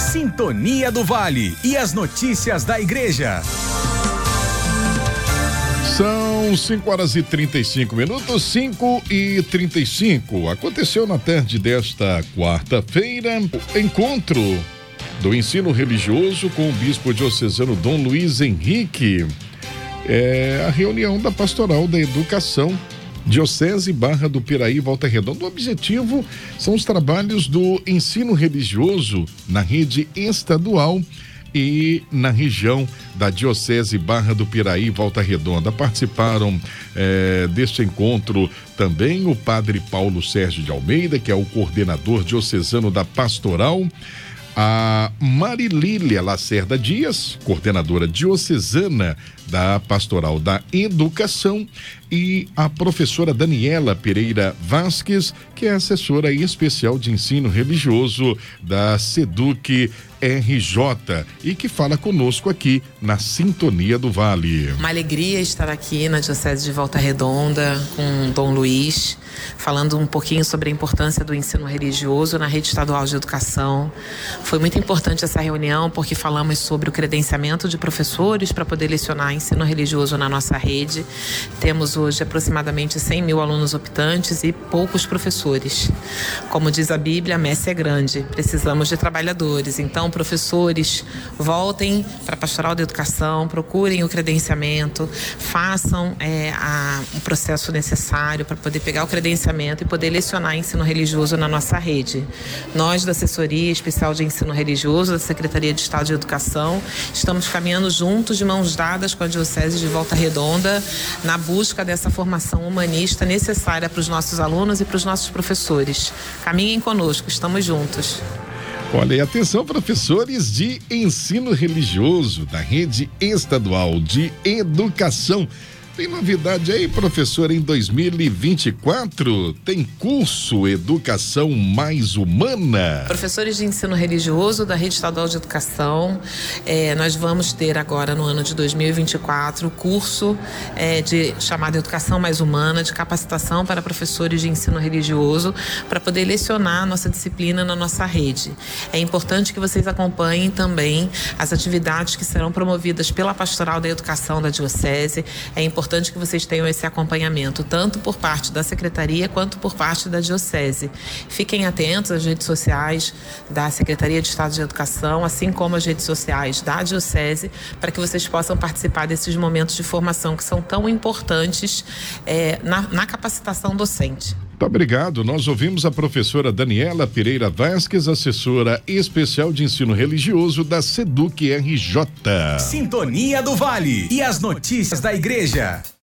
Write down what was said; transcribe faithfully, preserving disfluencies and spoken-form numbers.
Sintonia do Vale e as notícias da igreja. São cinco horas e trinta e cinco minutos, cinco e trinta e cinco. Aconteceu na tarde desta quarta-feira o encontro do ensino religioso com o bispo diocesano Dom Luiz Henrique. É a reunião da Pastoral da Educação, Diocese Barra do Piraí, Volta Redonda. O objetivo são os trabalhos do ensino religioso na rede estadual e na região da Diocese Barra do Piraí, Volta Redonda. Participaram eh, deste encontro também o padre Paulo Sérgio de Almeida, que é o coordenador diocesano da Pastoral, a Marilília Lacerda Dias, coordenadora diocesana da Pastoral da Educação, e a professora Daniela Pereira Vasques, que é assessora especial de ensino religioso da SEDUC R J e que fala conosco aqui na Sintonia do Vale. Uma alegria estar aqui na Diocese de Volta Redonda com Dom Luiz, falando um pouquinho sobre a importância do ensino religioso na rede estadual de educação. Foi muito importante essa reunião porque falamos sobre o credenciamento de professores para poder lecionar ensino religioso na nossa rede. Temos hoje aproximadamente cem mil alunos optantes e poucos professores. Como diz a Bíblia, a messe é grande, precisamos de trabalhadores. Então, professores, voltem para a Pastoral da Educação, procurem o credenciamento, façam é, a, o processo necessário para poder pegar o credenciamento e poder lecionar ensino religioso na nossa rede. Nós, da Assessoria Especial de Ensino Religioso, da Secretaria de Estado de Educação, estamos caminhando juntos, de mãos dadas com a Diocese de Volta Redonda, na busca dessa formação humanista necessária para os nossos alunos e para os nossos professores. Caminhem conosco, estamos juntos. Olha, e atenção, professores de ensino religioso da rede estadual de educação. Tem novidade aí, professor, em dois mil e vinte e quatro? Tem curso Educação Mais Humana? Professores de ensino religioso da Rede Estadual de Educação, é, nós vamos ter agora no ano de dois mil e vinte e quatro o curso é, de, chamado Educação Mais Humana, de capacitação para professores de ensino religioso, para poder lecionar a nossa disciplina na nossa rede. É importante que vocês acompanhem também as atividades que serão promovidas pela Pastoral da Educação da Diocese. É importante importante que vocês tenham esse acompanhamento, tanto por parte da Secretaria quanto por parte da Diocese. Fiquem atentos às redes sociais da Secretaria de Estado de Educação, assim como às redes sociais da Diocese, para que vocês possam participar desses momentos de formação que são tão importantes é, na, na capacitação docente. Muito obrigado. Nós ouvimos a professora Daniela Pereira Vasques, assessora especial de ensino religioso da SEDUC R J. Sintonia do Vale e as notícias da igreja.